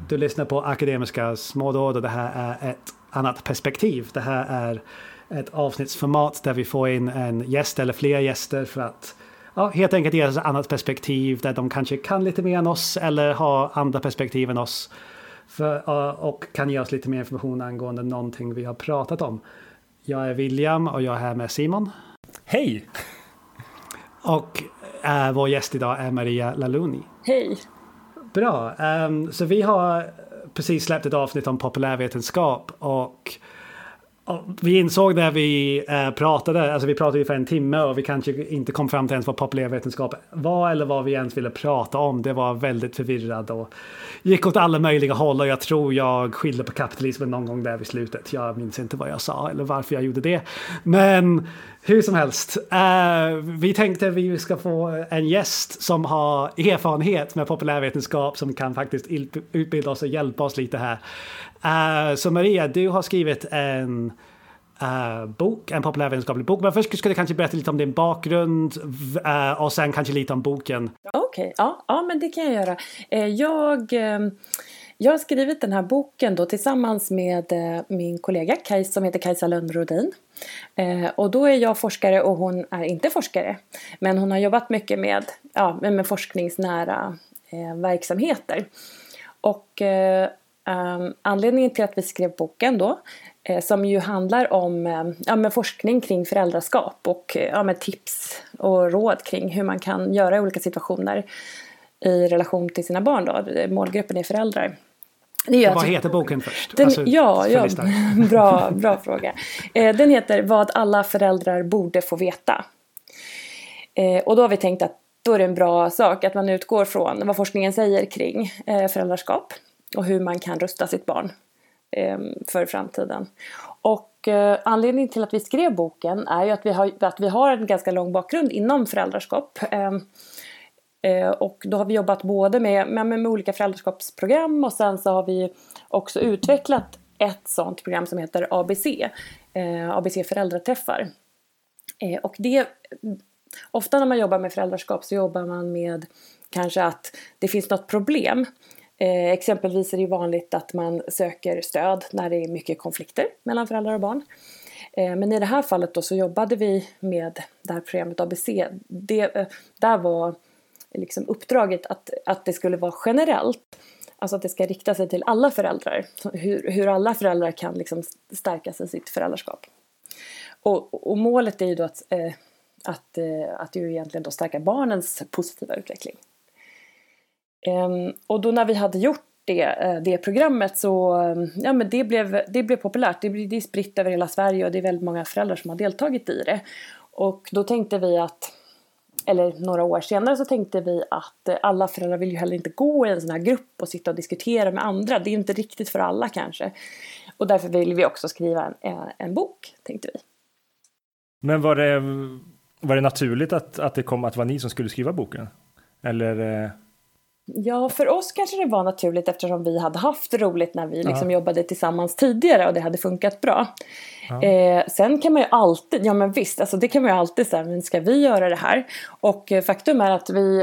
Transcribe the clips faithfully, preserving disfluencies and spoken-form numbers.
Du lyssnar på Akademiska smådåd och det här är ett annat perspektiv. Det här är ett avsnittsformat där vi får in en gäst eller flera gäster för att ja, helt enkelt ge oss ett annat perspektiv där de kanske kan lite mer än oss eller har andra perspektiv än oss för, och kan ge oss lite mer information angående någonting vi har pratat om. Jag är William och jag är här med Simon. Hej! Och äh, vår gäst idag är Maria Laluni. Hej! Bra, um, så vi har precis släppt ett avsnitt om populärvetenskap och, och vi insåg när vi uh, pratade, alltså vi pratade ju för en timme och vi kanske inte kom fram till ens vad populärvetenskap var eller vad vi ens ville prata om. Det var väldigt förvirrad och gick åt alla möjliga håll och jag tror jag skyllde på kapitalismen någon gång där vid slutet. Jag minns inte vad jag sa eller varför jag gjorde det. Men hur som helst, uh, vi tänkte att vi ska få en gäst som har erfarenhet med populärvetenskap som kan faktiskt utbilda oss och hjälpa oss lite här. Uh, så Maria, du har skrivit en uh, bok, en populärvetenskaplig bok. Men först skulle du kanske berätta lite om din bakgrund uh, och sen kanske lite om boken. Okej, okay, ja, ja men det kan jag göra. Uh, jag... Uh... Jag har skrivit den här boken då tillsammans med eh, min kollega Kajs, som heter Kajsa Lönnrodin. Eh, och då är jag forskare och hon är inte forskare. Men hon har jobbat mycket med, ja, med forskningsnära eh, verksamheter. Och eh, um, anledningen till att vi skrev boken då, eh, som ju handlar om eh, ja, med forskning kring föräldraskap och eh, ja, med tips och råd kring hur man kan göra i olika situationer i relation till sina barn då. Målgruppen är föräldrar. Det vad heter boken först? Den, alltså, ja, ja bra, bra fråga. Eh, den heter Vad alla föräldrar borde få veta. Eh, och då har vi tänkt att då är det en bra sak att man utgår från vad forskningen säger kring eh, föräldraskap. Och hur man kan rusta sitt barn eh, för framtiden. Och eh, anledningen till att vi skrev boken är ju att vi har, att vi har en ganska lång bakgrund inom föräldraskap. Eh, Och då har vi jobbat både med, med, med olika föräldraskapsprogram och sen så har vi också utvecklat ett sånt program som heter A B C. Eh, A B C föräldraträffar. Eh, och det, ofta när man jobbar med föräldraskap så jobbar man med kanske att det finns något problem. Eh, exempelvis är det vanligt att man söker stöd när det är mycket konflikter mellan föräldrar och barn. Eh, men i det här fallet då så jobbade vi med det här programmet A B C. Det, eh, där var liksom uppdraget att, att det skulle vara generellt. Alltså att det ska rikta sig till alla föräldrar. Hur, hur alla föräldrar kan liksom stärka sig i sitt föräldraskap. Och, och målet är ju då att, eh, att, eh, att ju egentligen då stärka barnens positiva utveckling. Eh, och då när vi hade gjort det, eh, det programmet så ja, men det, blev, det blev populärt. Det, det är spritt över hela Sverige och det är väldigt många föräldrar som har deltagit i det. Och då tänkte vi att eller några år senare så tänkte vi att alla föräldrar vill ju heller inte gå i en sån här grupp och sitta och diskutera med andra. Det är inte riktigt för alla kanske. Och därför vill vi också skriva en, en bok, tänkte vi. Men var det, var det naturligt att, att det kom att vara ni som skulle skriva boken? Eller... Ja, för oss kanske det var naturligt eftersom vi hade haft roligt när vi liksom jobbade tillsammans tidigare och det hade funkat bra. Eh, sen kan man ju alltid, ja men visst, alltså det kan man ju alltid säga, men ska vi göra det här? Och eh, faktum är att vi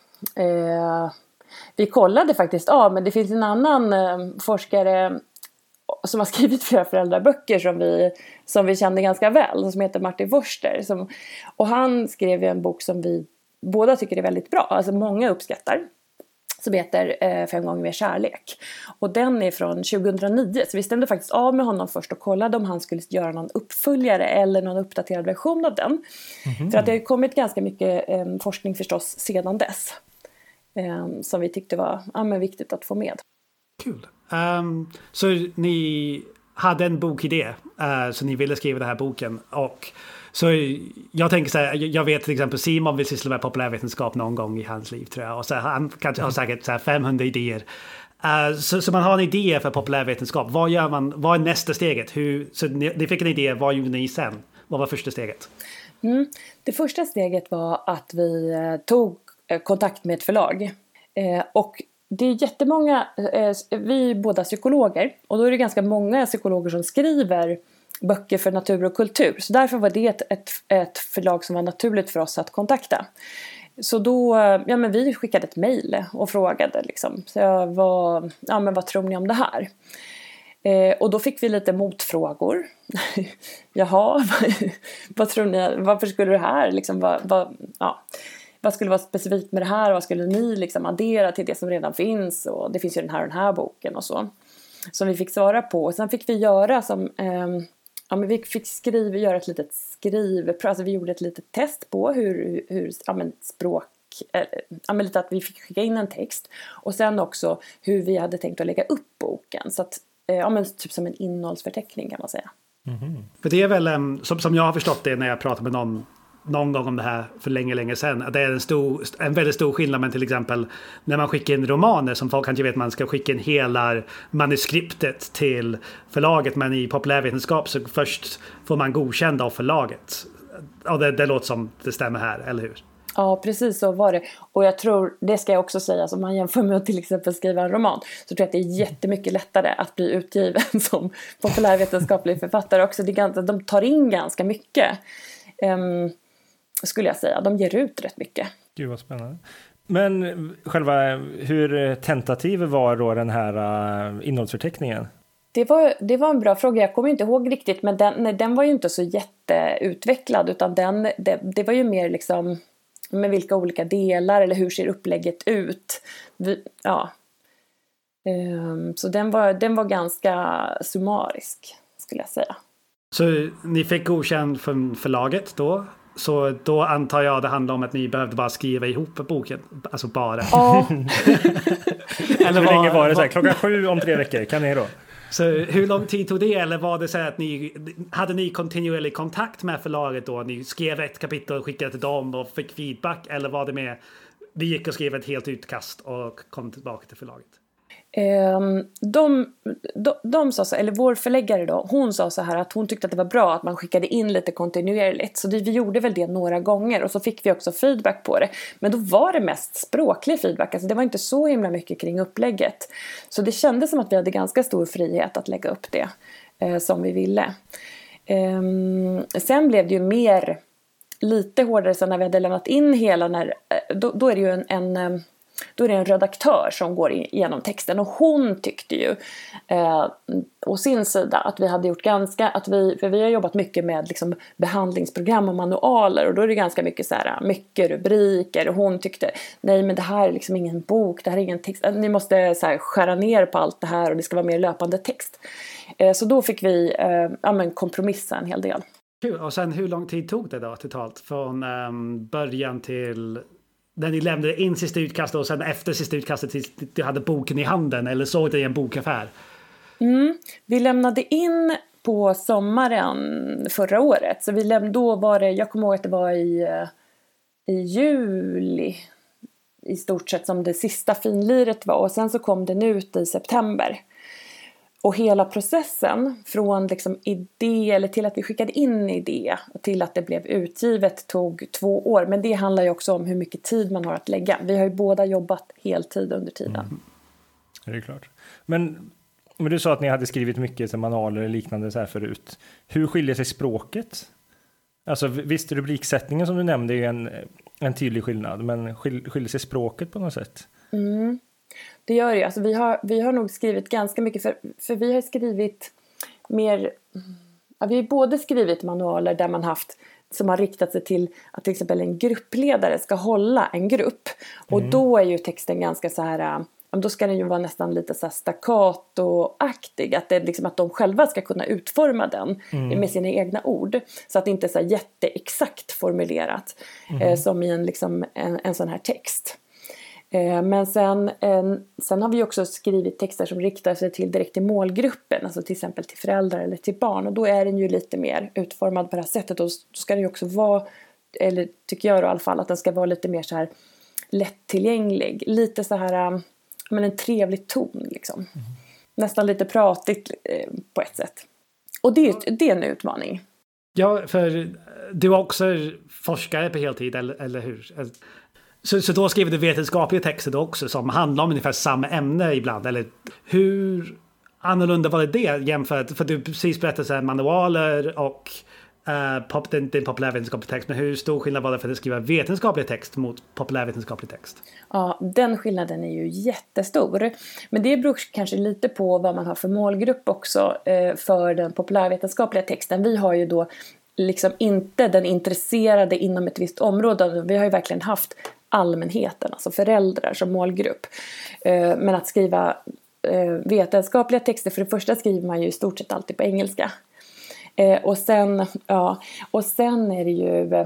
eh, vi kollade faktiskt, ja men det finns en annan eh, forskare som har skrivit flera föräldraböcker som vi, som vi kände ganska väl, som heter Martin Forster. Som, och han skrev ju en bok som vi båda tycker är väldigt bra, alltså många uppskattar. Som heter eh, Fem gånger mer kärlek. Och den är från tjugohundranio. Så vi stämde faktiskt av med honom först och kollade om han skulle göra någon uppföljare eller någon uppdaterad version av den. Mm-hmm. För att det har kommit ganska mycket eh, forskning förstås sedan dess. Eh, som vi tyckte var ja, men viktigt att få med. Kul. Um, så ni hade en bokidé. Uh, så ni ville skriva den här boken. Och så jag tänker så här, jag vet till exempel Simon vill syssla med populärvetenskap någon gång i hans liv tror jag. Och så här, han kanske har säkert så här femhundra idéer. Uh, så, så man har en idé för populärvetenskap. Vad gör man? Vad är nästa steget? Hur, så ni, ni fick en idé, vad gjorde ni sen? Vad var första steget? Mm. Det första steget var att vi eh, tog eh, kontakt med ett förlag. Eh, och det är jättemånga, eh, vi är båda psykologer. Och då är det ganska många psykologer som skriver böcker för natur och kultur. Så därför var det ett, ett, ett förlag som var naturligt för oss att kontakta. Så då, ja men vi skickade ett mejl och frågade liksom, så jag var, ja men vad tror ni om det här? Eh, och då fick vi lite motfrågor. Jaha, vad tror ni, varför skulle det här liksom, vad, vad, ja, vad skulle vara specifikt med det här? Vad skulle ni liksom addera till det som redan finns? Och det finns ju den här och den här boken och så. Som vi fick svara på. Och sen fick vi göra som, eh, ja men vi fick skriva, göra ett litet skriv, alltså vi gjorde ett litet test på hur, hur ja men språk, ja men lite att vi fick skicka in en text. Och sen också hur vi hade tänkt att lägga upp boken. Så att, ja men typ som en innehållsförteckning kan man säga. Mm-hmm. För det är väl, som, som jag har förstått det när jag pratar med någon någon gång om det här för länge, länge sedan. Att det är en, stor, en väldigt stor skillnad, men till exempel när man skickar in romaner som folk kanske vet, man ska skicka in hela manuskriptet till förlaget, men i populärvetenskap så först får man godkända av förlaget. Ja, det, det låter som det stämmer här, eller hur? Ja, precis så var det. Och jag tror, det ska jag också säga, som man jämför med att till exempel skriva en roman, så tror jag att det är jättemycket lättare att bli utgiven som populärvetenskaplig författare också. Det är ganska, de tar in ganska mycket. Um, skulle jag säga. De ger ut rätt mycket. Gud vad spännande. Men själva, hur tentativ var då den här uh, innehållsförteckningen? Det var, det var en bra fråga. Jag kommer inte ihåg riktigt, men den, nej, den var ju inte så jätteutvecklad, utan den, det, det var ju mer liksom med vilka olika delar eller hur ser upplägget ut. Vi, ja. Um, så den var, den var ganska summarisk, skulle jag säga. Så ni fick godkänd från förlaget då? Så då antar jag det handlar om att ni behövde bara skriva ihop boken. Alltså bara. Ja. Eller hur länge var det så här? Klockan sju om tre veckor, kan ni då? Så hur lång tid tog det? Eller var det så att ni hade ni kontinuerlig kontakt med förlaget då? Ni skrev ett kapitel och skickade till dem och fick feedback? Eller var det med vi gick och skrev ett helt utkast och kom tillbaka till förlaget? Um, de, de, de sa så, eller vår förläggare då, hon sa så här att hon tyckte att det var bra att man skickade in lite kontinuerligt, så det, vi gjorde väl det några gånger och så fick vi också feedback på det, men då var det mest språklig feedback, alltså det var inte så himla mycket kring upplägget, så det kändes som att vi hade ganska stor frihet att lägga upp det eh, som vi ville. Um, sen blev det ju mer lite hårdare så när vi hade lämnat in hela, när, då, då är det ju en, en Då är det en redaktör som går igenom texten, och hon tyckte ju eh, å sin sida att vi hade gjort ganska, att vi, för vi har jobbat mycket med liksom behandlingsprogram och manualer, och då är det ganska mycket så här, mycket rubriker, och hon tyckte nej men det här är liksom ingen bok, det här är ingen text, ni måste så här, skära ner på allt det här och det ska vara mer löpande text. Eh, så då fick vi eh, ja, men kompromissa en hel del. Och sen hur lång tid tog det då totalt från um, början till när ni lämnade in sista utkastet och sen efter sista utkastet tills du hade boken i handen, eller såg det i en bokaffär? Mm. Vi lämnade in på sommaren förra året. Så vi lämnade, då var det, jag kommer ihåg att det var i, i juli i stort sett som det sista finliret var. Och sen så kom den ut i september. Och hela processen från liksom idé, eller till att vi skickade in idé och till att det blev utgivet tog två år. Men det handlar ju också om hur mycket tid man har att lägga. Vi har ju båda jobbat heltid under tiden. Mm. Det är klart. Men, men du sa att ni hade skrivit mycket som manualer och liknande så här förut. Hur skiljer sig språket? Alltså visst, rubriksättningen som du nämnde är en, en tydlig skillnad. Men skil, skiljer sig språket på något sätt? Mm. Det gör det. Alltså vi, har, vi har nog skrivit ganska mycket. För, för vi har skrivit mer. Ja, vi har både skrivit manualer där man haft. Som har riktat sig till att till exempel en gruppledare ska hålla en grupp. Och mm. då är ju texten ganska så här. Då ska den ju vara nästan lite så här staccato-aktig. Att, det liksom, att de själva ska kunna utforma den mm. med sina egna ord. Så att det inte är så här jätteexakt formulerat. Mm. Eh, som i en, liksom, en, en sån här text. Men sen, sen har vi också skrivit texter som riktar sig till direkt till målgruppen. Alltså till exempel till föräldrar eller till barn. Och då är den ju lite mer utformad på det här sättet. Och då ska den ju också vara, eller tycker jag i alla fall, att den ska vara lite mer så här lättillgänglig. Lite så här, men en trevlig ton liksom. Mm. Nästan lite pratigt på ett sätt. Och det, det är en utmaning. Ja, för du är också forskare på heltid, eller, eller hur? Så, så då skriver du vetenskapliga texter då också som handlar om ungefär samma ämne ibland. Eller hur annorlunda var det det jämfört? För du precis berättade så här manualer och uh, pop, din, din populärvetenskaplig text, men hur stor skillnad var det för att skriva vetenskaplig text mot populärvetenskaplig text? Ja, den skillnaden är ju jättestor. Men det beror kanske lite på vad man har för målgrupp också eh, för den populärvetenskapliga texten. Vi har ju då liksom inte den intresserade inom ett visst område. Vi har ju verkligen haft allmänheten, alltså föräldrar som målgrupp. Eh, men att skriva eh, vetenskapliga texter, för det första skriver man ju i stort sett alltid på engelska. Eh, och sen, ja, och sen är det ju,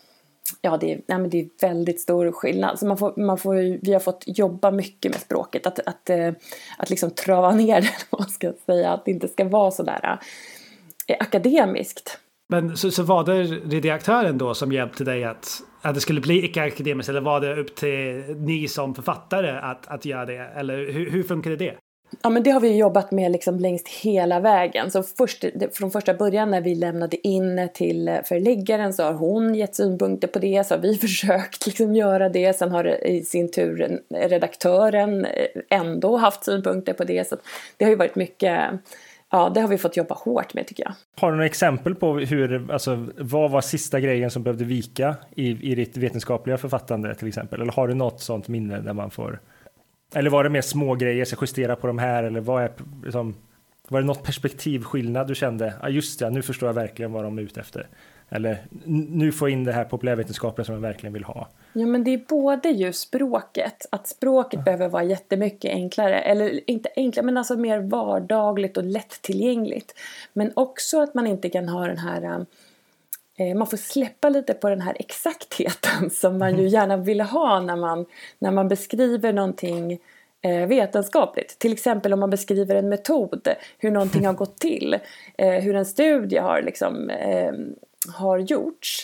ja det är, nej men det är väldigt stor skillnad. Så man får, man får, vi har fått jobba mycket med språket, att, att, att, att liksom trava ner det, vad man ska säga, att det inte ska vara sådär eh, akademiskt. Men så, så var det redaktören då som hjälpte dig att, att det skulle bli icke-akademiskt, eller var det upp till ni som författare att, att göra det? Eller hur, hur funkade det? Ja, men det har vi jobbat med liksom längst hela vägen. Så först, från första början när vi lämnade in till förläggaren så har hon gett synpunkter på det. Så har vi försökt liksom göra det. Sen har i sin tur redaktören ändå haft synpunkter på det. Så det har ju varit mycket... Ja, det har vi fått jobba hårt med tycker jag. Har du några exempel på hur, alltså, vad var sista grejen som behövde vika i, i ditt vetenskapliga författande till exempel? Eller har du något sånt minne där man får... Eller var det mer små grejer, så justera på de här? Eller vad är, liksom, var det något perspektivskillnad du kände? Ja, just det, nu förstår jag verkligen vad de är ute efter. Eller nu får jag in det här populärvetenskapliga som jag verkligen vill ha. Ja, men det är både ju språket. Att språket mm. behöver vara jättemycket enklare. Eller inte enklare, men alltså mer vardagligt och lättillgängligt. Men också att man inte kan ha den här... Eh, man får släppa lite på den här exaktheten som man ju gärna vill ha när man, när man beskriver någonting eh, vetenskapligt. Till exempel om man beskriver en metod, hur någonting har gått till. Eh, hur en studie har liksom... Eh, har gjorts.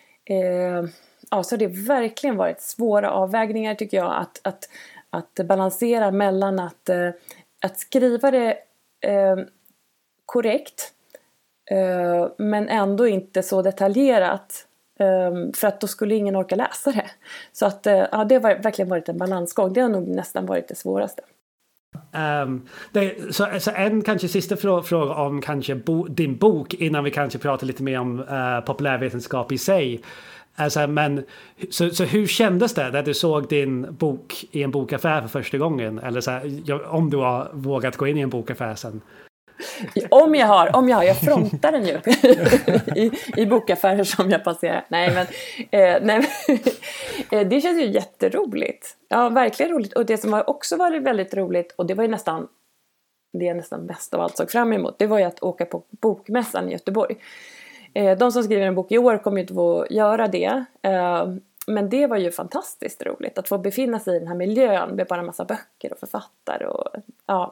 Eh, ja, så det har verkligen varit svåra avvägningar tycker jag att, att, att balansera mellan att, eh, att skriva det eh, korrekt eh, men ändå inte så detaljerat eh, för att då skulle ingen orka läsa det. Så att, eh, ja, det har verkligen varit en balansgång. Det har nog nästan varit det svåraste. Um, det, så, så en kanske sista frå, fråga om kanske bo, din bok innan vi kanske pratar lite mer om uh, populärvetenskap i sig. Alltså, men, så, så hur kändes det när du såg din bok i en bokaffär för första gången? Eller så här, om du har vågat gå in i en bokaffär sen? Om jag har, om jag har, jag frontar den ju i, i bokaffärer som jag passerar. Nej men, eh, nej, men det känns ju jätteroligt. Ja, verkligen roligt. Och det som har också varit väldigt roligt, och det var ju nästan, det jag nästan mest av allt såg fram emot, det var ju att åka på bokmässan i Göteborg. Eh, de som skriver en bok i år kommer ju inte få göra det. Eh, men det var ju fantastiskt roligt att få befinna sig i den här miljön med bara en massa böcker och författare och ja.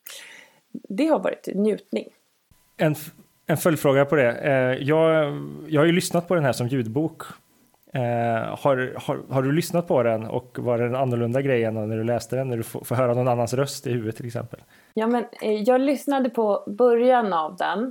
Det har varit njutning. En, en följdfråga på det. Eh, jag, jag har ju lyssnat på den här som ljudbok. Eh, har, har, har du lyssnat på den och var det en annorlunda grej än när du läste den? När du får, får höra någon annans röst i huvudet till exempel. Ja, men eh, jag lyssnade på början av den.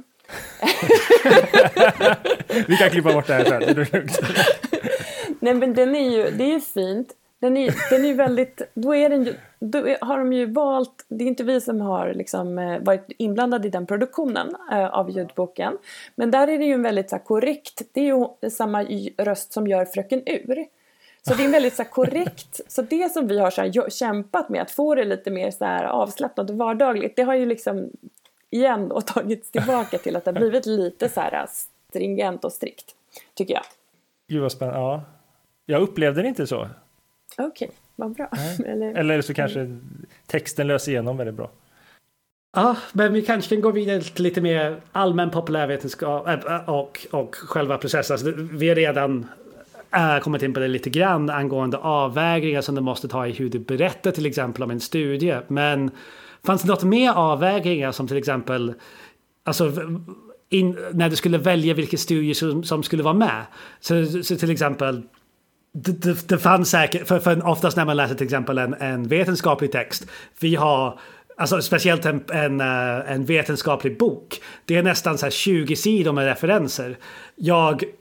Vi kan klippa bort det här sen. Nej, men den är ju, det är ju fint. Den är, den är väldigt, då är den ju, då har de ju valt, det är inte vi som har liksom varit inblandade i den produktionen äh, av ljudboken. Men där är det ju en väldigt så här, korrekt, det är ju samma röst som gör Fröken Ur. Så det är en väldigt så här, korrekt, så det som vi har så här, kämpat med att få det lite mer så här, avslappnat och vardagligt, det har ju liksom igen och tagits tillbaka till att det har blivit lite så här stringent och strikt, tycker jag. Gud vad spännande, ja. Jag upplevde det inte så. Okej, okay, vad bra. Eller, Eller så kanske texten löser igenom väldigt bra. Ja, men vi kanske kan gå vidare till lite mer allmän populärvetenskap och, och själva processen. Alltså, vi har redan äh, kommit in på det lite grann angående avvägningar som du måste ta i hur du berättar till exempel om en studie. Men fanns det något mer avvägningar som till exempel alltså, in, när du skulle välja vilka studier som, som skulle vara med? Så, så till exempel Det, det, det fanns säkert, för, för oftast när man läser till exempel en, en vetenskaplig text, vi har, alltså speciellt en, en, en vetenskaplig bok, det är nästan så här tjugo sidor med referenser. Jag,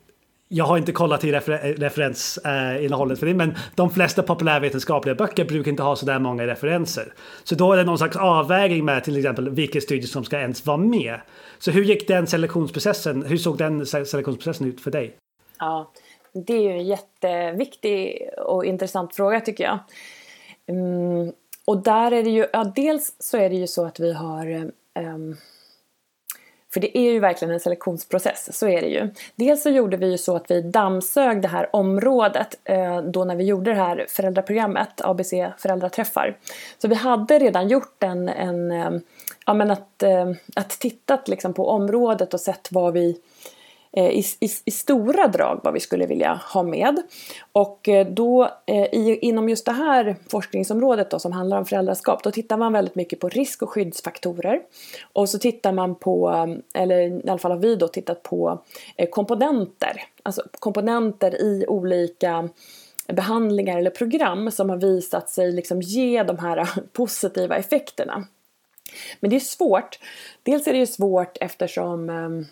jag har inte kollat i refer- referensinnehållet för det, men de flesta populärvetenskapliga böcker brukar inte ha så där många referenser. Så då är det någon slags avvägning med till exempel vilka studier som ska ens vara med. Så hur gick den selektionsprocessen, hur såg den selektionsprocessen ut för dig? Ja, det är ju en jätteviktig och intressant fråga tycker jag. Mm, och där är det ju, ja, dels så är det ju så att vi har... Um, För det är ju verkligen en selektionsprocess, så är det ju. Dels så gjorde vi ju så att vi dammsög det här området eh, då när vi gjorde det här föräldraprogrammet, A B C föräldraträffar. Så vi hade redan gjort en, en eh, ja men att, eh, att tittat liksom på området och sett vad vi eh, i, i, i stora drag vad vi skulle vilja ha med. Och eh, då eh, i, inom just det här forskningsområdet då, som handlar om föräldraskap, då tittar man väldigt mycket på risk- och skyddsfaktorer. Och så tittar man på, eller i alla fall har vi då tittat på eh, komponenter. Alltså komponenter i olika behandlingar eller program som har visat sig liksom ge de här positiva effekterna. Men det är svårt. Dels är det ju svårt eftersom... Eh,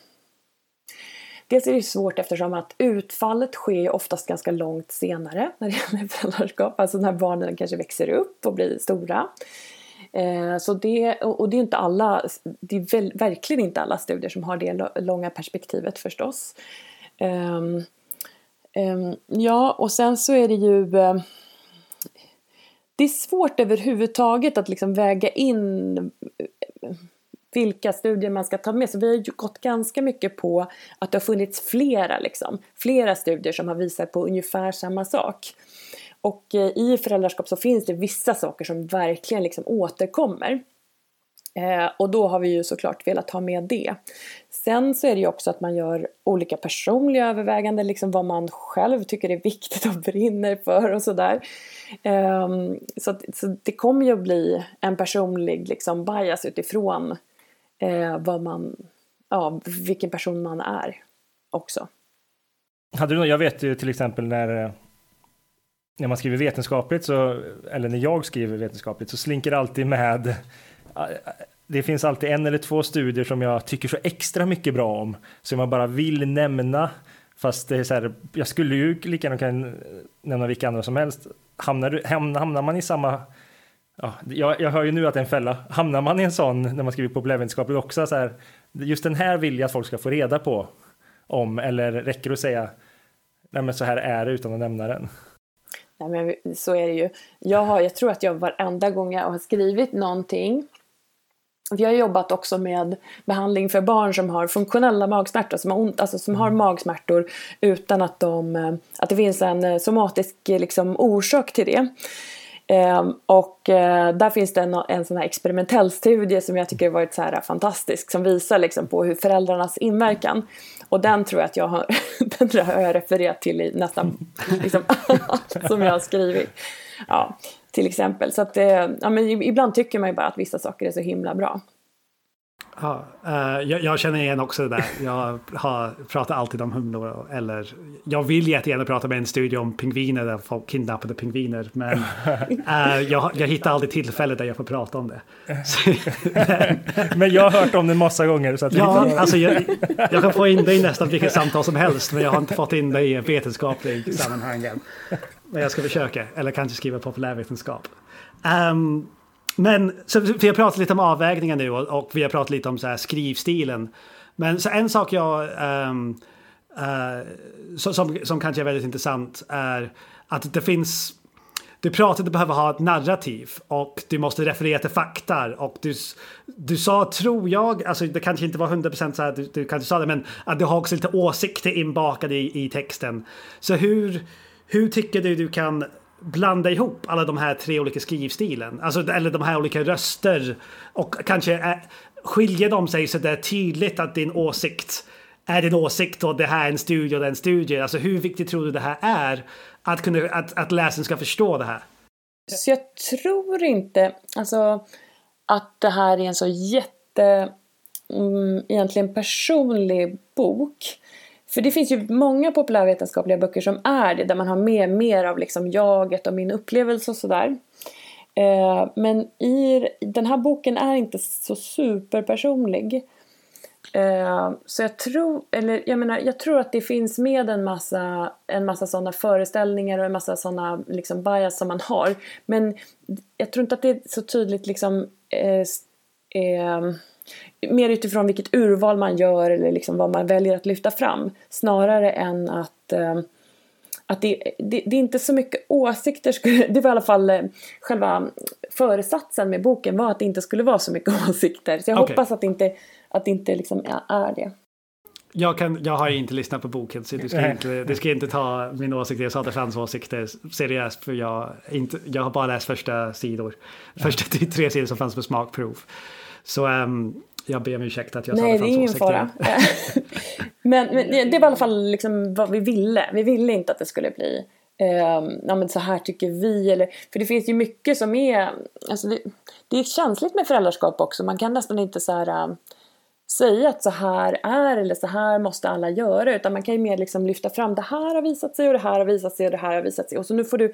Dels är det svårt eftersom att utfallet sker oftast ganska långt senare när det gäller föräldraskap. Alltså när barnen kanske växer upp och blir stora. Eh, så det, och det är inte alla, det är väl, verkligen inte alla studier som har det långa perspektivet förstås. Eh, eh, ja, och sen så är det ju... Eh, det är svårt överhuvudtaget att liksom väga in... Eh, vilka studier man ska ta med. Så vi har ju gått ganska mycket på att det har funnits flera, liksom, flera studier som har visat på ungefär samma sak. Och eh, i föräldraskap så finns det vissa saker som verkligen liksom återkommer. Eh, och då har vi ju såklart velat ha med det. Sen så är det ju också att man gör olika personliga överväganden, liksom vad man själv tycker är viktigt och brinner för och sådär. Eh, så, så det kommer ju att bli en personlig liksom bias utifrån Eh, vad man, ja, vilken person man är också. Hade du, jag vet ju till exempel när, när man skriver vetenskapligt så, eller när jag skriver vetenskapligt så slinker det alltid med, det finns alltid en eller två studier som jag tycker så extra mycket bra om, som jag bara vill nämna, fast det är så här, jag skulle ju lika gärna kan nämna vilka andra som helst. Hamnar, du, hamnar man i samma... Ja, jag, jag hör ju nu att det är en fälla. Hamnar man i en sån när man skriver populärvetenskapligt också så här, just den här vill jag att folk ska få reda på om, eller räcker det att säga nej men så här är det utan att nämna den? Nej, men så är det ju. Jag, har, jag tror att jag varenda gång jag har skrivit någonting, vi har jobbat också med behandling för barn som har funktionella magsmärtor, som har ont, alltså som har magsmärtor utan att, de, att det finns en somatisk liksom, orsak till det. Um, och uh, där finns det en, en sån här experimentell studie som jag tycker har varit så här fantastisk, som visar liksom på hur föräldrarnas inverkan, och den tror jag att jag har, den tror jag har jag refererat till i nästan liksom, som jag har skrivit, ja, till exempel. Så att, uh, ja, men ibland tycker man ju bara att vissa saker är så himla bra. Ja, uh, jag, jag känner igen också det där. Jag har, pratar alltid om humlor, eller jag vill jättegärna prata med en studie om pingviner där folk kidnappade pingviner, men uh, jag, jag hittar aldrig tillfälle där jag får prata om det. Så, men jag har hört om det en massa gånger. Så att ja, inte... alltså jag, jag kan få in det i nästan vilket samtal som helst, men jag har inte fått in det i vetenskaplig sammanhangen. Men jag ska försöka, eller kanske skriva populärvetenskap. Um, Men så vi har pratat lite om avvägningen nu, och, och vi har pratat lite om så här skrivstilen. Men så en sak jag um, uh, så, som, som kanske är väldigt intressant är att det finns, du pratar att du behöver ha ett narrativ och du måste referera till fakta, och du, du sa, tror jag, alltså det kanske inte var hundra procent så här, du, du kanske sa det, men att du har också lite åsikter inbakade i, i texten. Så hur, hur tycker du du kan blanda ihop alla de här tre olika skrivstilen, alltså, eller de här olika röster, och kanske är, skiljer de sig så det är tydligt att din åsikt är din åsikt och det här är en studie och det är en studie. Alltså hur viktigt tror du det här är att, kunna, att, att läsaren ska förstå det här? Så jag tror inte alltså, att det här är en så jätte mm, egentligen personlig bok. För det finns ju många populärvetenskapliga böcker som är det, där man har med mer av liksom jaget och min upplevelse och sådär. Eh, men i den här boken är inte så superpersonlig. Eh, så jag tror, eller jag menar, jag tror att det finns med en massa, en massa sådana föreställningar och en massa sådana liksom bias som man har. Men jag tror inte att det är så tydligt liksom eh, eh, mer utifrån vilket urval man gör eller liksom vad man väljer att lyfta fram. Snarare än att eh, Att det, det, det är inte så mycket åsikter. Det var i alla fall eh, själva föresatsen med boken var att det inte skulle vara så mycket åsikter. Så jag okay. hoppas att det inte, att det inte liksom är det. Jag, kan, jag har inte lyssnat på boken så det ska, inte, det ska inte ta min åsikt. Jag sa att det fanns åsikter seriöst för jag, inte, jag har bara läst första sidor. Första ja. tre sidor som fanns på smakprov. Så um, jag ber om ursäkt att jag Nej, sa att det fanns åsikter. Nej, det är ingen fara. men, men det var i alla fall liksom vad vi ville. Vi ville inte att det skulle bli eh, ja, men så här tycker vi. Eller, för det finns ju mycket som är... Alltså det, det är känsligt med föräldraskap också. Man kan nästan inte så här, äh, säga att så här är eller så här måste alla göra. Utan man kan ju mer liksom lyfta fram det här har visat sig och det här har visat sig och det här har visat sig. Och så nu får du...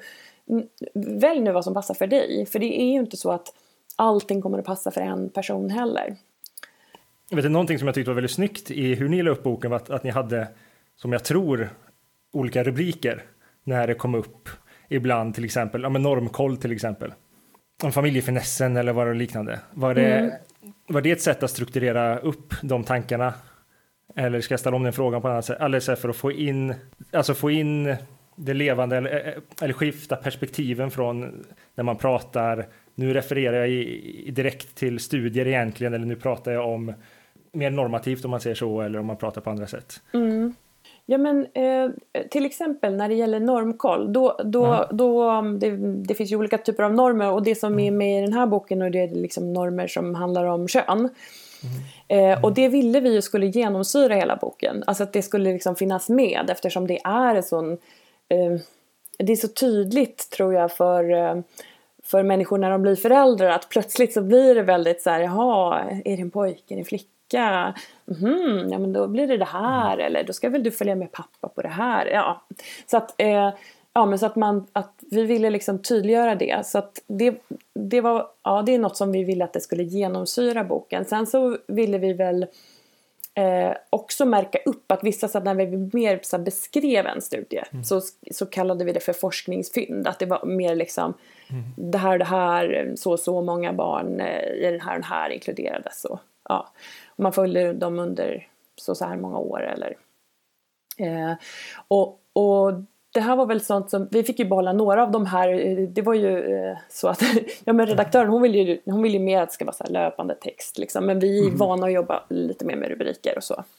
Välj nu vad som passar för dig. För det är ju inte så att allting kommer att passa för en person heller. Jag vet, någonting som jag tyckte var väldigt snyggt i hur ni la upp boken var att, att ni hade, som jag tror, olika rubriker när det kom upp ibland, till exempel, ja men normkoll till exempel, om familjefinessen eller vad det liknande. Var det, mm. var det ett sätt att strukturera upp de tankarna? Eller ska jag ställa om den frågan på ett annat sätt? Eller så för att få in, alltså få in det levande eller, eller skifta perspektiven från när man pratar, nu refererar jag i, i direkt till studier egentligen, eller nu pratar jag om mer normativt om man säger så, eller om man pratar på andra sätt. Mm. Ja men eh, till exempel när det gäller normkoll, då, då, mm. då det, det finns ju olika typer av normer och det som mm. är med i den här boken och det är liksom normer som handlar om kön. Mm. Eh, och det ville vi ju skulle genomsyra hela boken, alltså att det skulle liksom finnas med eftersom det är en sån eh, det är så tydligt tror jag för eh, för människor när de blir föräldrar att plötsligt så blir det väldigt så här, jaha, är det en pojke, är det en flicka? Mm, ja men då blir det det här, eller då ska väl du följa med pappa på det här. Ja, så att, eh, ja, men så att, man, att vi ville liksom tydliggöra det. Så att det, det, var, ja, det är något som vi ville att det skulle genomsyra boken. Sen så ville vi väl eh, också märka upp att vissa, så att när vi mer så här, beskrev en studie mm. så, så kallade vi det för forskningsfynd. Att det var mer liksom mm. det här, det här, så så många barn i den här den här inkluderades. Så, ja. Och man följde dem under så, så här många år. Eller. Eh, och, och det här var väl sånt som, vi fick ju behålla några av de här, det var ju eh, så att, ja men redaktören hon vill ju, hon vill ju mer att det ska vara så här löpande text liksom, men vi är mm. vana att jobba lite mer med rubriker och så.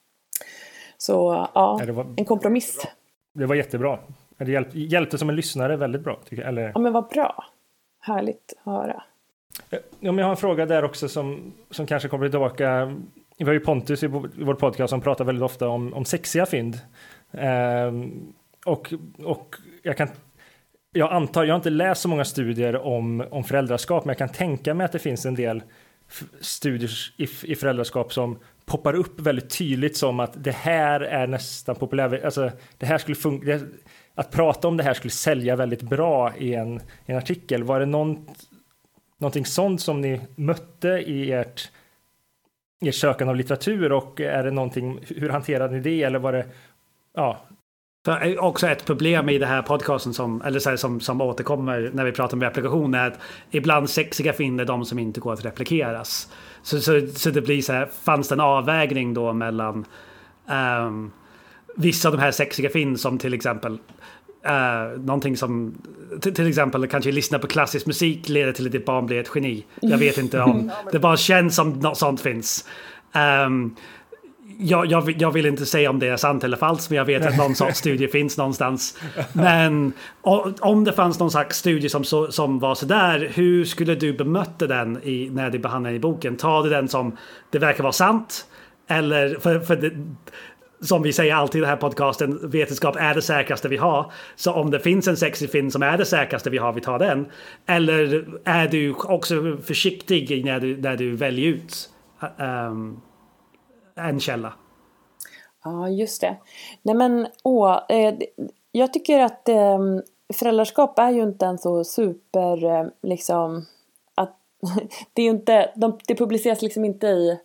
Så ja, ja var, en kompromiss. Det var jättebra. Det hjälpte, hjälpte som en lyssnare väldigt bra tycker jag. Eller? Ja men vad bra. Härligt att höra. Ja, men jag har en fråga där också som, som kanske kommer tillbaka. Vi har ju Pontus i vår podcast som pratar väldigt ofta om, om sexiga fynd. Ehm, och, och jag kan jag antar, jag har inte läst så många studier om, om föräldraskap, men jag kan tänka mig att det finns en del f- studier i, i föräldraskap som poppar upp väldigt tydligt som att det här är nästan populärt, alltså det här skulle funka, att prata om det här skulle sälja väldigt bra i en, i en artikel. Var det någon, någonting sånt som ni mötte i ert, ert sökande av litteratur, och är det någonting, hur hanterade ni det, eller var det, ja. För också ett problem i det här podcasten som, eller så här, som, som återkommer när vi pratar om replikation är att ibland sexiga fynd är de som inte går att replikeras. Så, så, så det blir så här, fanns det en avvägning då mellan um, vissa av de här sexiga fynd som till exempel uh, någonting som t- till exempel kanske lyssna på klassisk musik leder till att ditt barn blir ett geni. Jag vet inte om det bara känns som något sånt finns. Um, Jag, jag, jag vill inte säga om det är sant eller falskt, men jag vet att någon sorts studie finns någonstans. Men om det fanns någon slags studie som, så, som var så där, hur skulle du bemöta den i, när du behandlar i boken? Tar du den som det verkar vara sant? Eller, för, för det, som vi säger alltid i den här podcasten, vetenskap är det säkraste vi har. Så om det finns en sexig film som är det säkraste vi har, vi tar den. Eller är du också försiktig när du, när du väljer ut um, en källa? Ja, just det. Nej men, åh, eh, jag tycker att eh, föräldraskap är ju inte en så super, eh, liksom, att det är ju inte, de, det publiceras liksom inte i,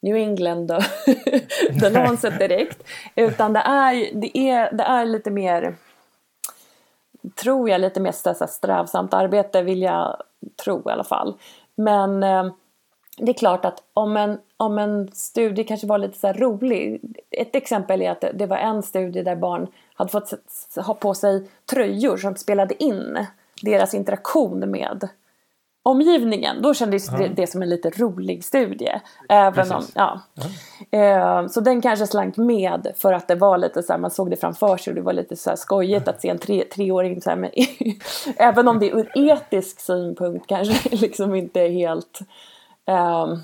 New England och The Lancet direkt. Utan det är, det är, det är lite mer, tror jag, lite mer så här strävsamt arbete, vill jag tro i alla fall. Men eh, det är klart att om en, om en studie kanske var lite så här rolig. Ett exempel är att det, det var en studie där barn hade fått ha på sig tröjor som spelade in deras interaktion med omgivningen. Då kändes det, det som en lite rolig studie. Även om, ja. Eh, så den kanske slank med för att det var lite så här, man såg det framför sig och det var lite så här skojigt att se en tre, treåring så här, men även om det ur etisk synpunkt kanske liksom inte är helt eh,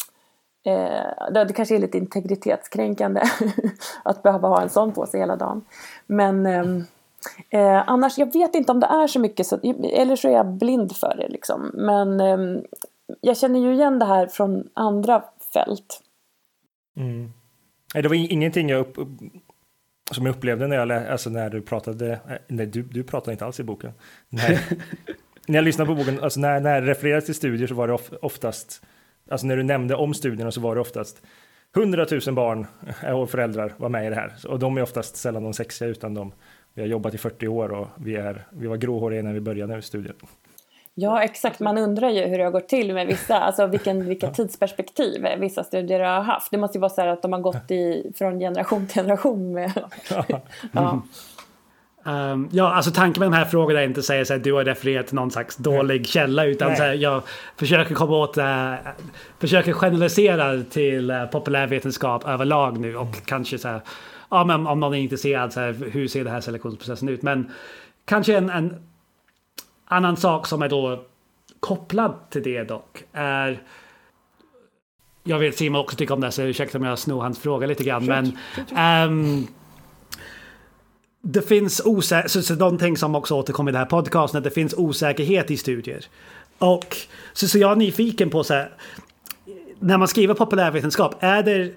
eh, det kanske är lite integritetskränkande att behöva ha en sån på sig hela dagen. Men eh, Eh, annars, jag vet inte om det är så mycket så, eller så är jag blind för det liksom. Men eh, jag känner ju igen det här från andra fält. Mm. Det var ingenting jag upp, som jag upplevde när jag lä- alltså när du pratade. Nej, du, du pratade inte alls i boken. Nej. När jag lyssnade på boken, alltså när, när det refererades till studier så var det of, oftast, alltså när du nämnde om studierna så var det oftast hundratusen barn och föräldrar var med i det här. Och de är oftast sällan de sexiga utan de. Vi har jobbat i fyrtio år och vi, är, vi var gråhåriga när vi började nu studien. Ja, exakt. Man undrar ju hur det har gått till med vissa, alltså vilken, vilka tidsperspektiv vissa studier har haft. Det måste ju vara så här att de har gått i, från generation till generation. Med. Ja. Um, ja, alltså tanken med de här frågorna är inte att säga så här, du har refererat till någon slags dålig källa, utan så här, jag försöker komma åt äh, försöker generalisera till äh, populärvetenskap överlag nu och mm. kanske så här, ja, men om någon är intresserad så här, hur ser det här selektionsprocessen ut, men kanske en, en annan sak som är då kopplad till det dock är, jag vet Simon också tycker om det, så ursäkta om jag snor hans fråga lite grann, men um, det finns osäkerhet, så, så någonting som också återkommer i det här podcasten, att det finns osäkerhet i studier. Och så, så jag är nyfiken på så här, när man skriver populärvetenskap, är det,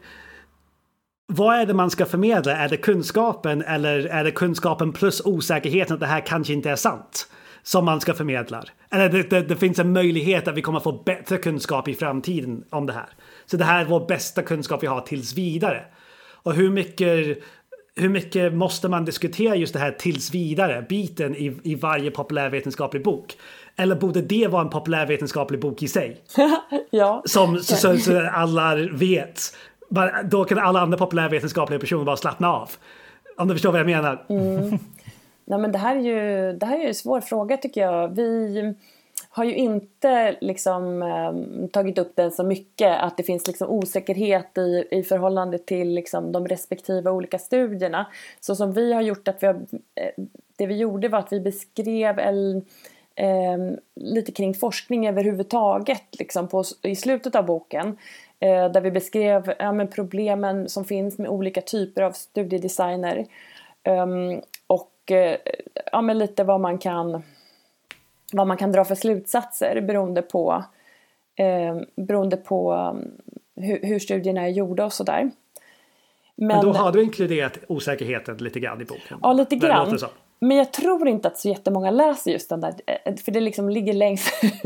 vad är det man ska förmedla? Är det kunskapen eller är det kunskapen plus osäkerheten att det här kanske inte är sant som man ska förmedla? Eller det, det, det finns en möjlighet att vi kommer få bättre kunskap i framtiden om det här. Så det här är vår bästa kunskap vi har tills vidare. Och hur mycket Hur mycket måste man diskutera just det här tills vidare biten i, i varje populärvetenskaplig bok? Eller borde det vara en populärvetenskaplig bok i sig? Ja. Som så, så, så alla vet. Då kan alla andra populärvetenskapliga personer bara slappna av. Om du förstår vad jag menar. Mm. Nej, men det här är ju det här är ju en svår fråga tycker jag. Vi har ju inte liksom eh, tagit upp den så mycket att det finns liksom osäkerhet i, i förhållande till liksom de respektive olika studierna. Så som vi har gjort, att vi har, eh, det vi gjorde var att vi beskrev el, eh, lite kring forskning överhuvudtaget liksom på, i slutet av boken. Eh, där vi beskrev ja, men problemen som finns med olika typer av studiedesigner. Eh, och eh, ja, men lite vad man kan... vad man kan dra för slutsatser beroende på, eh, beroende på um, hur, hur studierna är gjorda och sådär. Men, Men då har du inkluderat osäkerheten lite grann i boken. Ja, lite grann. Men jag tror inte att så jättemånga läser just den där, för det liksom ligger längst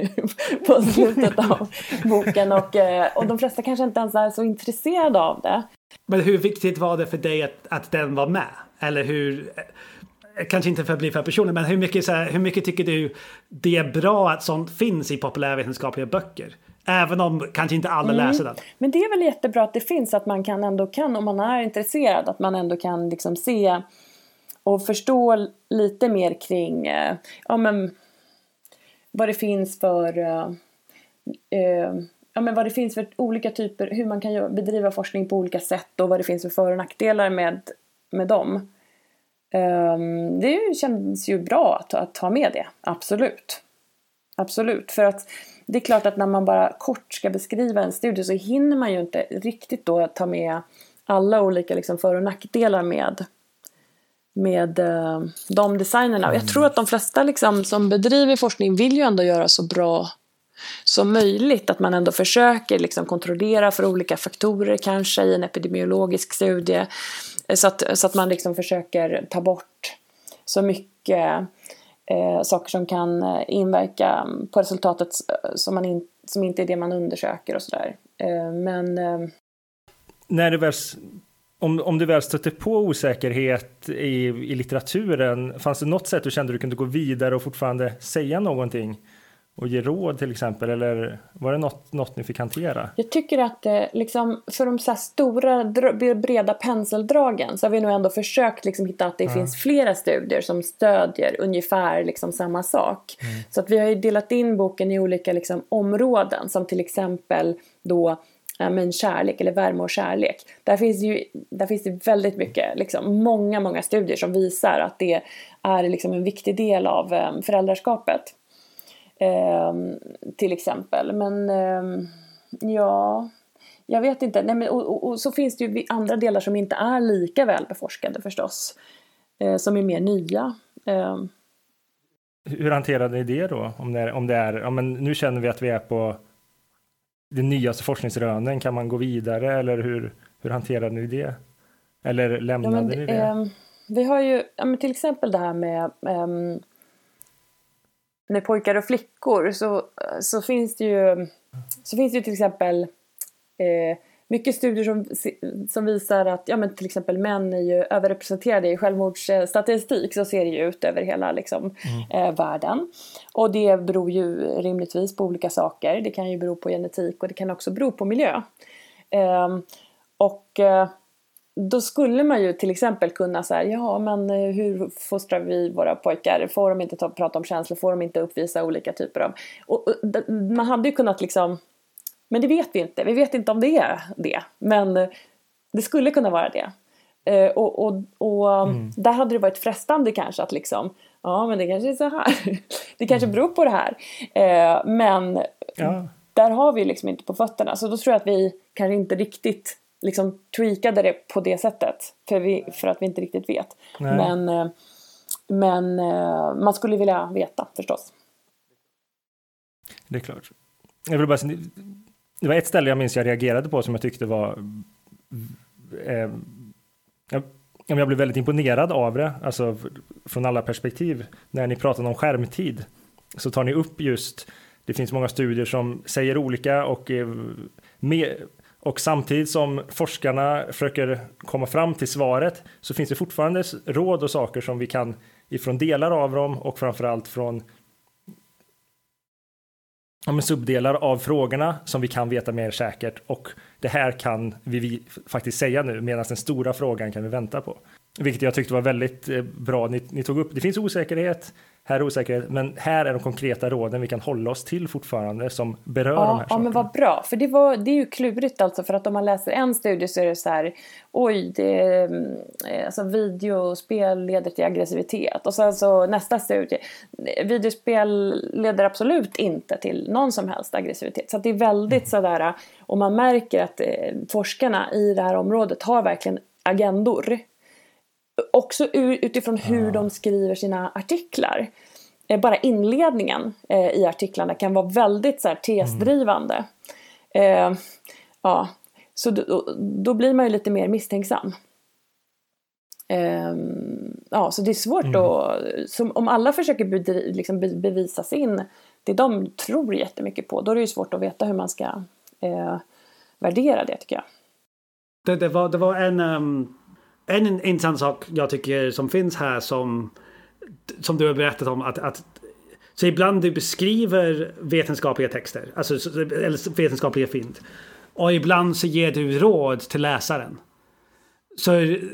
på slutet av boken och, och de flesta kanske inte ens är så intresserade av det. Men hur viktigt var det för dig att, att den var med? Eller hur... Kanske inte för att bli för personer, men hur mycket, så här, hur mycket tycker du det är bra att sånt finns i populärvetenskapliga böcker? Även om kanske inte alla mm. läser den. Men det är väl jättebra att det finns, att man kan ändå kan, om man är intresserad, att man ändå kan liksom se och förstå lite mer kring eh, ja, men, vad det finns för eh, eh, ja, men vad det finns för olika typer, hur man kan bedriva forskning på olika sätt och vad det finns för för- och nackdelar med, med dem. Um, det känns ju bra att, att ta med det, absolut. Absolut, för att det är klart att när man bara kort ska beskriva en studie så hinner man ju inte riktigt då ta med alla olika liksom för- och nackdelar med, med uh, de designerna. Jag tror att de flesta liksom, som bedriver forskning vill ju ändå göra så bra som möjligt, att man ändå försöker liksom kontrollera för olika faktorer kanske i en epidemiologisk studie. Så att, så att man liksom försöker ta bort så mycket eh, saker som kan inverka på resultatet som, man in, som inte är det man undersöker och sådär. Eh, men eh, när det väl, om, om du väl stötte på osäkerhet i, i litteraturen, fanns det något sätt du kände du kunde gå vidare och fortfarande säga någonting och ge råd till exempel, eller var det något, något ni fick hantera? Jag tycker att eh, liksom, för de så här stora breda penseldragen så har vi nog ändå försökt liksom, hitta att det ja. finns flera studier som stödjer ungefär liksom, samma sak. Mm. Så att vi har ju delat in boken i olika liksom, områden, som till exempel då ja, men kärlek eller värme och kärlek. Där finns det ju där finns det väldigt mycket, liksom, många många studier som visar att det är liksom, en viktig del av eh, föräldraskapet. Eh, till exempel. Men eh, ja, jag vet inte. Nej, men, och, och, och så finns det ju andra delar som inte är lika väl beforskade förstås. Eh, som är mer nya. Eh. Hur hanterade ni det då? Om det är, om det är ja, men nu känner vi att vi är på den nyaste forskningsrönen. Kan man gå vidare? Eller hur, hur hanterade ni det? Eller lämnade ja, men, ni det? Eh, vi har ju ja, men till exempel det här med eh, med pojkar och flickor så, så finns det ju så finns det ju till exempel eh, mycket studier som, som visar att ja, men till exempel män är ju överrepresenterade i självmordsstatistik, så ser det ju ut över hela liksom, mm. eh, världen. Och det beror ju rimligtvis på olika saker. Det kan ju bero på genetik och det kan också bero på miljö. Eh, och eh, då skulle man ju till exempel kunna säga, ja men hur fostrar vi våra pojkar? Får de inte ta, prata om känslor? Får de inte uppvisa olika typer av... Och, och, man hade ju kunnat liksom... Men det vet vi inte. Vi vet inte om det är det. Men det skulle kunna vara det. Eh, och och, och mm. där hade det varit frestande kanske att liksom... Ja men det kanske är så här. Det kanske beror på det här. Eh, men ja. där har vi liksom inte på fötterna. Så då tror jag att vi kanske inte riktigt... liksom tweakade det på det sättet för, vi, för att vi inte riktigt vet. Nej. Men men man skulle vilja veta förstås. Det är klart. Jag vill bara säga, det var ett ställe jag minns jag reagerade på som jag tyckte var eh, jag, jag blev väldigt imponerad av det, alltså från alla perspektiv. När ni pratade om skärmtid så tar ni upp just, det finns många studier som säger olika och eh, med Och samtidigt som forskarna försöker komma fram till svaret så finns det fortfarande råd och saker som vi kan ifrån delar av dem och framförallt från ja, subdelar av frågorna som vi kan veta mer säkert. Och det här kan vi, vi faktiskt säga nu, medan den stora frågan kan vi vänta på. Vilket jag tyckte var väldigt eh, bra. Ni, ni tog upp, det finns osäkerhet, här är osäkerhet, men här är de konkreta råden vi kan hålla oss till fortfarande som berör ja, de här sakerna. Ja, men vad bra. För det, var, det är ju klurigt alltså, för att om man läser en studie så är det så här, oj, det, alltså, videospel leder till aggressivitet. Och sen så nästa studie, videospel leder absolut inte till någon som helst aggressivitet. Så att det är väldigt mm. sådär, och man märker att eh, forskarna i det här området har verkligen agendor. Också utifrån hur ah. de skriver sina artiklar. Bara inledningen eh, i artiklarna kan vara väldigt så här, tesdrivande. Mm. Eh, ja, så då, då blir man ju lite mer misstänksam. Eh, ja, så det är svårt mm. att... Som, om alla försöker bedri, liksom be, bevisa sin... Det de tror jättemycket på. Då är det ju svårt att veta hur man ska eh, värdera det, tycker jag. Det, det, var, det var en... Um... En intressant sak jag tycker som finns här som, som du har berättat om att, att så ibland du beskriver vetenskapliga texter, alltså, eller vetenskapliga fynd, och ibland så ger du råd till läsaren. Så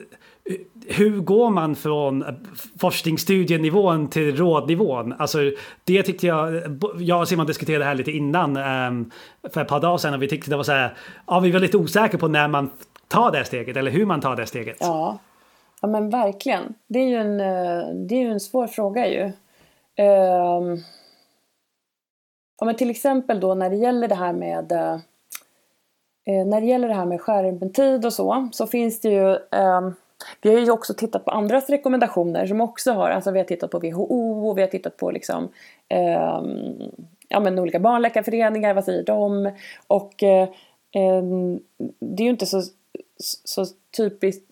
hur går man från forskningsstudienivån till rådnivån? Alltså det tyckte jag, jag och Simon diskuterade här lite innan um, för ett par dagar sedan, och vi tyckte det var så här, ja, vi var lite osäkra på när man ta det steget eller hur man tar det steget. Ja, ja men verkligen. Det är ju en, det är ju en svår fråga ju. Um, ja, men till exempel då när det gäller det här med uh, när det gäller det här med skärmtid och så, så finns det ju um, vi har ju också tittat på andras rekommendationer som också har, alltså vi har tittat på W H O och vi har tittat på liksom um, ja men olika barnläkarföreningar, vad säger de? Och uh, um, det är ju inte så så typiskt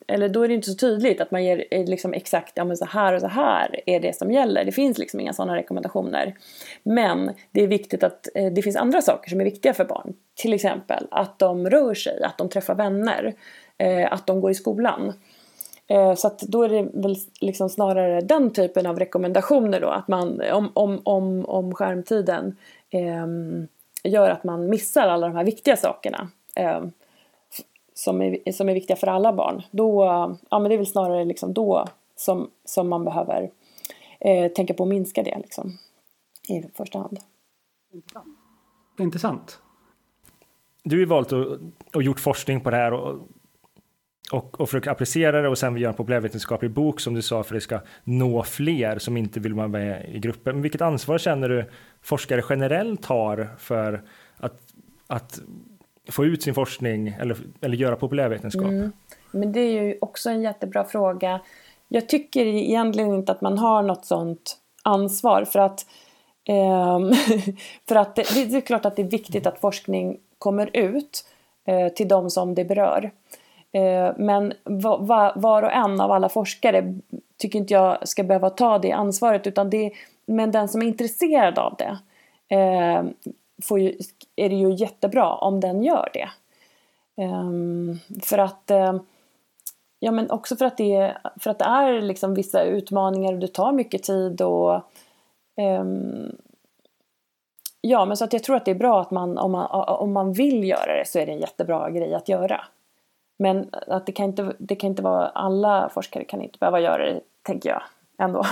eller då är det inte så tydligt att man ger liksom exakt, ja men så här och så här är det som gäller. Det finns liksom inga sådana rekommendationer. Men det är viktigt att eh, det finns andra saker som är viktiga för barn. Till exempel att de rör sig, att de träffar vänner, eh, att de går i skolan. Eh, så att då är det väl liksom snarare den typen av rekommendationer då, att man om, om, om, om skärmtiden eh, gör att man missar alla de här viktiga sakerna. Eh, Som är, som är viktiga för alla barn. Då, ja, men det är väl snarare liksom då som, som man behöver eh, tänka på att minska det liksom, i första hand. Intressant. Du har ju valt att, och gjort forskning på det här och, och, och försökt applicera det och sen vi gör en populärvetenskaplig bok som du sa för att det ska nå fler som inte vill vara med i gruppen. Men vilket ansvar känner du forskare generellt har för att, att få ut sin forskning eller, eller göra populärvetenskap? Mm. Men det är ju också en jättebra fråga. Jag tycker egentligen inte att man har något sånt ansvar för att, eh, för att det, det är klart att det är viktigt att forskning kommer ut eh, till de som det berör. Eh, men va, va, var och en av alla forskare tycker inte jag ska behöva ta det ansvaret, utan det, men den som är intresserad av det eh, får ju, är det ju jättebra om den gör det. Um, för att uh, ja, men också för att det, för att det är liksom vissa utmaningar och det tar mycket tid och um, ja, men så att jag tror att det är bra att man om, man om man vill göra det så är det en jättebra grej att göra. Men att det kan inte, det kan inte vara, alla forskare kan inte behöva göra det, tänker jag ändå.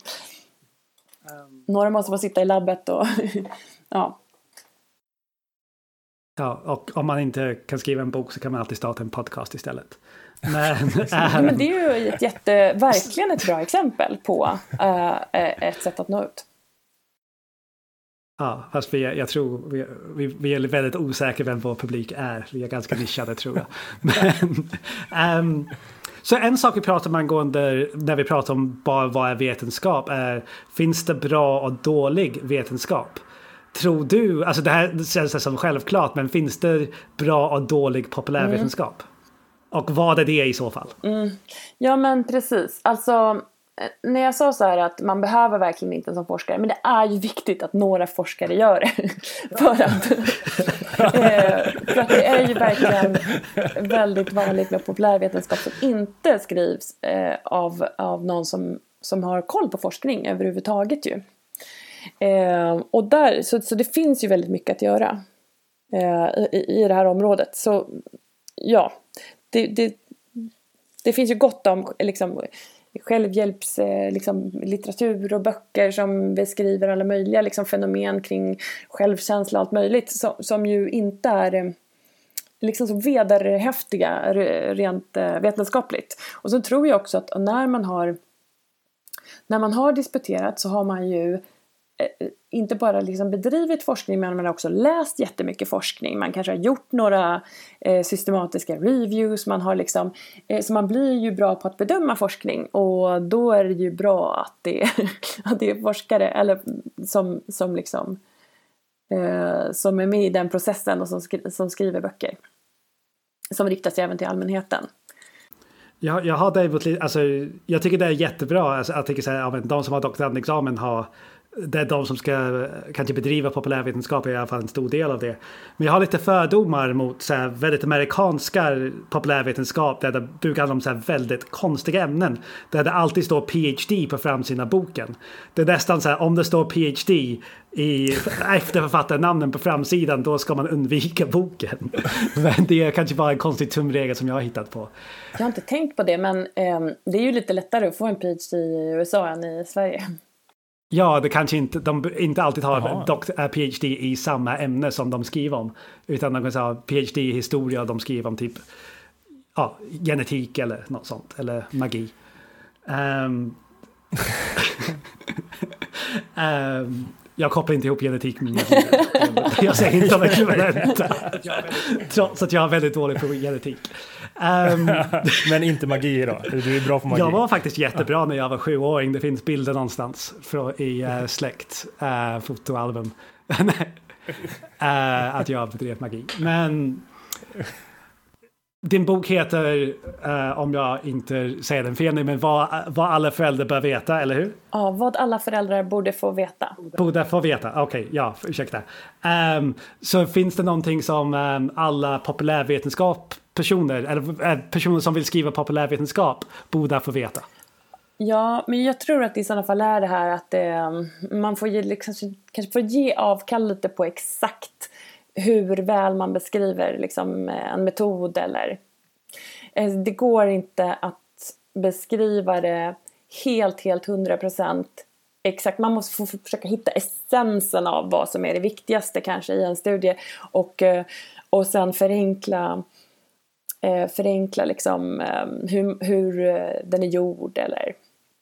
um, Några måste få sitta i labbet och ja. Ja, och om man inte kan skriva en bok så kan man alltid starta en podcast istället. Men, ja, men det är ju ett jätte, verkligen ett bra exempel på uh, ett sätt att nå ut. Ja, fast vi, jag tror vi, vi, vi är väldigt osäkra vem vår publik är. Vi är ganska nischade, tror jag. Men, um, så en sak vi pratar om angående när vi pratar om bara vad är vetenskap är, finns det bra och dålig vetenskap? Tror du, alltså det här känns som självklart, men finns det bra och dålig populärvetenskap? Mm. Och vad är det i så fall? Mm. Ja, men precis. Alltså, när jag sa så här att man behöver verkligen inte som forskare, men det är ju viktigt att några forskare gör det. för, att, eh, för att det är ju verkligen väldigt vanligt med populärvetenskap som inte skrivs eh, av, av någon som, som har koll på forskning överhuvudtaget ju. Eh, och där, så, så det finns ju väldigt mycket att göra eh, i, i det här området. Så ja, det, det, det finns ju gott om liksom, självhjälps eh, liksom, litteratur och böcker som beskriver alla möjliga liksom, fenomen kring självkänsla och allt möjligt som, som ju inte är eh, liksom så vederhäftiga rent eh, vetenskapligt. Och så tror jag också att när man har när man har disputerat så har man ju inte bara liksom bedrivit forskning, men man har också läst jättemycket forskning. Man kanske har gjort några eh, systematiska reviews. Man har liksom, eh, så man blir ju bra på att bedöma forskning. Och då är det ju bra att det, att det är forskare eller som, som, liksom, eh, som är med i den processen och som, skri- som skriver böcker. Som riktar sig även till allmänheten. Jag, jag har däremot, alltså, jag tycker det är jättebra. Alltså, jag tycker så här, ja, men de som har doktorandexamen har, det är de som ska kanske bedriva populärvetenskap, i alla fall en stor del av det. Men jag har lite fördomar mot så här, väldigt amerikanska populärvetenskap där det brukar handla om så här, väldigt konstiga ämnen. Där det alltid står P H D på framsidan av boken. Det är nästan så här, om det står P H D i efterförfattarnamnen på framsidan, då ska man undvika boken. Men det är kanske bara en konstig tumregel som jag har hittat på. Jag har inte tänkt på det, men eh, det är ju lite lättare att få en P H D i U S A än i Sverige. Ja, det kanske inte, de inte alltid har dock, P H D i samma ämne som de skriver om. Utan de kan säga P H D i historia och de skriver om typ ja, genetik eller något sånt. Eller magi. Um, um, jag kopplar inte ihop genetik med magi. Jag säger inte om ekvivalenta. Trots att jag är väldigt dålig på genetik. Um, Men inte magi då? Du är bra på magi. Jag var faktiskt jättebra när jag var sjuåring. Det finns bilder någonstans från, i uh, släkt uh, fotoalbum. uh, att jag bedrev magi. Men din bok heter, uh, om jag inte säger den fel nu, men vad, vad alla föräldrar bör veta, eller hur? Ja, vad alla föräldrar borde få veta. Borde få veta, okej, okay, ja, ursäkta. Um, så finns det någonting som um, alla populärvetenskap personer, eller personer som vill skriva populärvetenskap borde få veta? Ja, men jag tror att det i sådana fall är det här att eh, man får ge, liksom, kanske får ge avkall lite på exakt hur väl man beskriver liksom, en metod. Eller, eh, det går inte att beskriva det helt, helt hundra procent exakt. Man måste få försöka hitta essensen av vad som är det viktigaste kanske i en studie. Och, eh, och sen förenkla förenkla liksom hur, hur den är gjord eller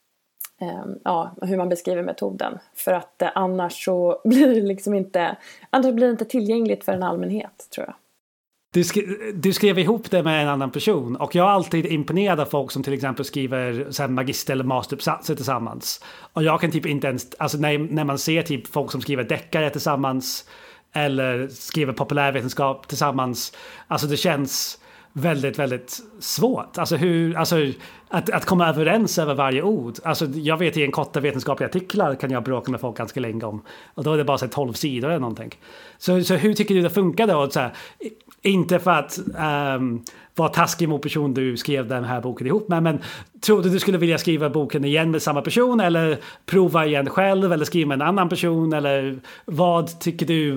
ja, hur man beskriver metoden, för att annars så blir det liksom inte annars blir det inte tillgängligt för en allmänhet, tror jag. Du, sk- du skrev ihop det med en annan person, och jag är alltid imponerad av folk som till exempel skriver så här magister- eller masteruppsatser tillsammans. Och jag kan typ inte ens, alltså när, när man ser typ folk som skriver deckare tillsammans eller skriver populärvetenskap tillsammans, alltså det känns väldigt, väldigt svårt. Alltså, hur, alltså att, att komma överens över varje ord. Alltså, jag vet i en korta vetenskapliga artiklar kan jag bråka med folk ganska länge om. Och då är det bara så här tolv sidor eller någonting. Så, så hur tycker du det funkar då? Så här, inte för att um, vara taskig mot person du skrev den här boken ihop med, men tror du du skulle vilja skriva boken igen med samma person, eller prova igen själv, eller skriva med en annan person, eller vad tycker du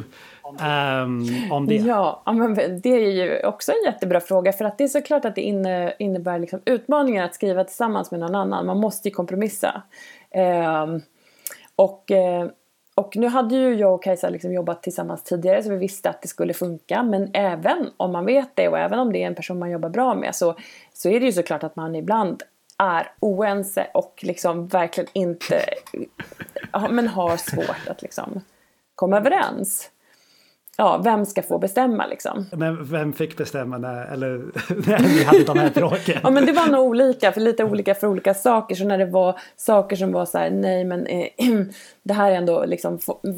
Um, om det? Ja, men det är ju också en jättebra fråga, för att det är såklart att det inne, innebär liksom utmaningar att skriva tillsammans med någon annan. Man måste ju kompromissa. Um, och, och nu hade ju jag och Kajsa liksom jobbat tillsammans tidigare, så vi visste att det skulle funka. Men även om man vet det, och även om det är en person man jobbar bra med, så, så är det ju såklart att man ibland är oense och liksom verkligen inte men har svårt att liksom komma överens. Ja, vem ska få bestämma liksom? Men vem fick bestämma när, eller när vi hade de här bråken? Ja, men det var nog olika, för lite olika för olika saker. Så när det var saker som var så här, nej men eh, det här är ändå liksom,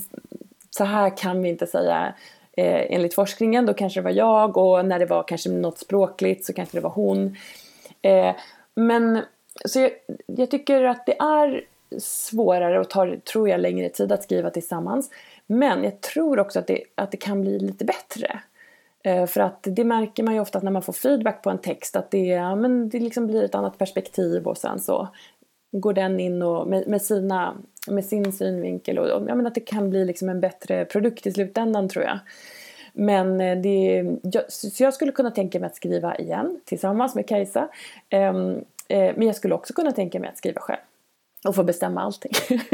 så här kan vi inte säga eh, enligt forskningen, då kanske det var jag. Och när det var kanske något språkligt så kanske det var hon. Eh, men så jag, jag tycker att det är svårare och tar, tror jag, längre tid att skriva tillsammans. Men jag tror också att det, att det kan bli lite bättre. Eh, för att det märker man ju ofta att när man får feedback på en text, att det, ja, men det liksom blir ett annat perspektiv, och sen så går den in och med, med, sina, med sin synvinkel. Och, och, jag menar att det kan bli liksom en bättre produkt i slutändan, tror jag. Men det, jag, så jag skulle kunna tänka mig att skriva igen tillsammans med Kajsa. Eh, eh, men jag skulle också kunna tänka mig att skriva själv. Och få bestämma allting.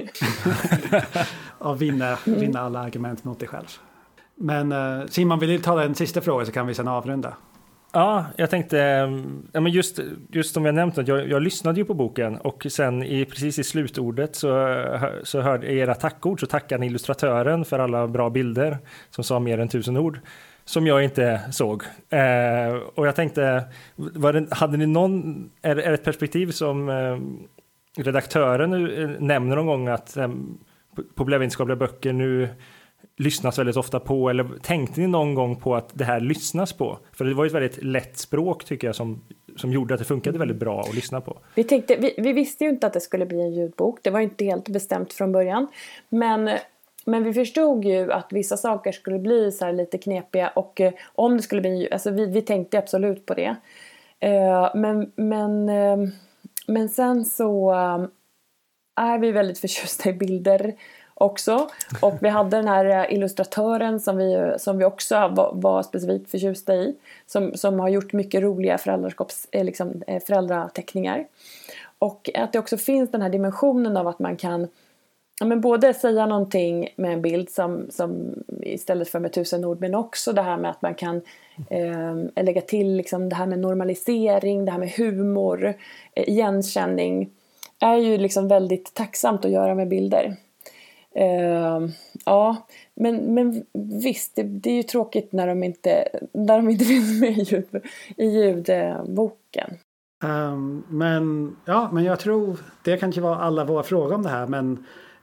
Och vinna, vinna alla argument mot dig själv. Men uh, Simon, vill du ta en sista fråga så kan vi sedan avrunda? Ja, jag tänkte, ja, men just, just som jag nämnt, att jag, jag lyssnade ju på boken, och sen i, precis i slutordet så, så hörde jag era tackord, så tackade ni illustratören för alla bra bilder som sa mer än tusen ord, som jag inte såg. Eh, och jag tänkte, var det, hade ni någon, är, är det ett perspektiv som eh, redaktören nu nämner någon gång, att eh, populärvetenskapliga böcker nu lyssnas väldigt ofta på, eller tänkte ni någon gång på att det här lyssnas på? För det var ju ett väldigt lätt språk, tycker jag, som, som gjorde att det funkade väldigt bra att lyssna på. Vi, tänkte, vi, vi visste ju inte att det skulle bli en ljudbok. Det var inte helt bestämt från början. Men, men vi förstod ju att vissa saker skulle bli så här lite knepiga, och eh, om det skulle bli, alltså vi, vi tänkte absolut på det. Eh, men, men, eh, men sen så eh, är vi väldigt förtjusta i bilder också, och vi hade den här illustratören som vi, som vi också var, var specifikt förtjusta i, som, som har gjort mycket roliga föräldraskaps, liksom, föräldrateckningar, och att det också finns den här dimensionen av att man kan, ja, men både säga någonting med en bild som, som istället för med tusen ord, men också det här med att man kan eh, lägga till liksom det här med normalisering, det här med humor, eh, igenkänning, är ju liksom väldigt tacksamt att göra med bilder. Uh, ja, men, men visst, det, det är ju tråkigt när de inte, när de inte finns med i, ljud, i ljudboken. Um, men ja, men jag tror det kanske var alla våra frågor om det här, men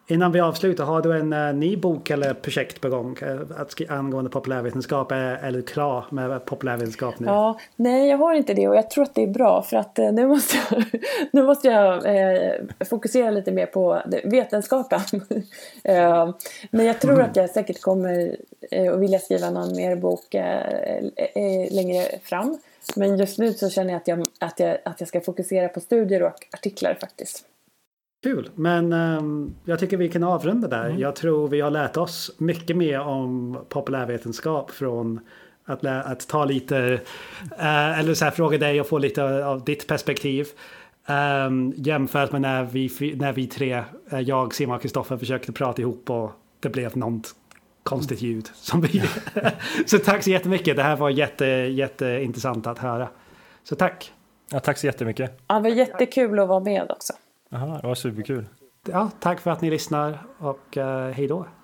innan vi avslutar, har du en uh, ny bok eller projekt på gång uh, att sk- angående populärvetenskap? Är, är du klar med populärvetenskap nu? Ja, nej jag har inte det och jag tror att det är bra för att uh, nu måste jag, nu måste jag uh, fokusera lite mer på vetenskapen. uh, men jag tror mm. att jag säkert kommer uh, att vilja skriva någon mer bok uh, uh, längre fram. Men just nu så känner jag att jag, att jag, att jag ska fokusera på studier och artiklar faktiskt. Kul, men um, jag tycker vi kan avrunda där. Mm. Jag tror vi har lärt oss mycket mer om populärvetenskap från att, lä- att ta lite, uh, eller så här, fråga dig och få lite av ditt perspektiv. Um, jämfört med när vi, när vi tre, uh, jag, Simon och Kristoffer försökte prata ihop och det blev något konstigt ljud. Som vi så tack så jättemycket, det här var jätte, jätteintressant att höra. Så tack. Ja, tack så jättemycket. Ja, det var jättekul att vara med också. Aha, det var superkul. Ja, tack för att ni lyssnar och uh, hej då.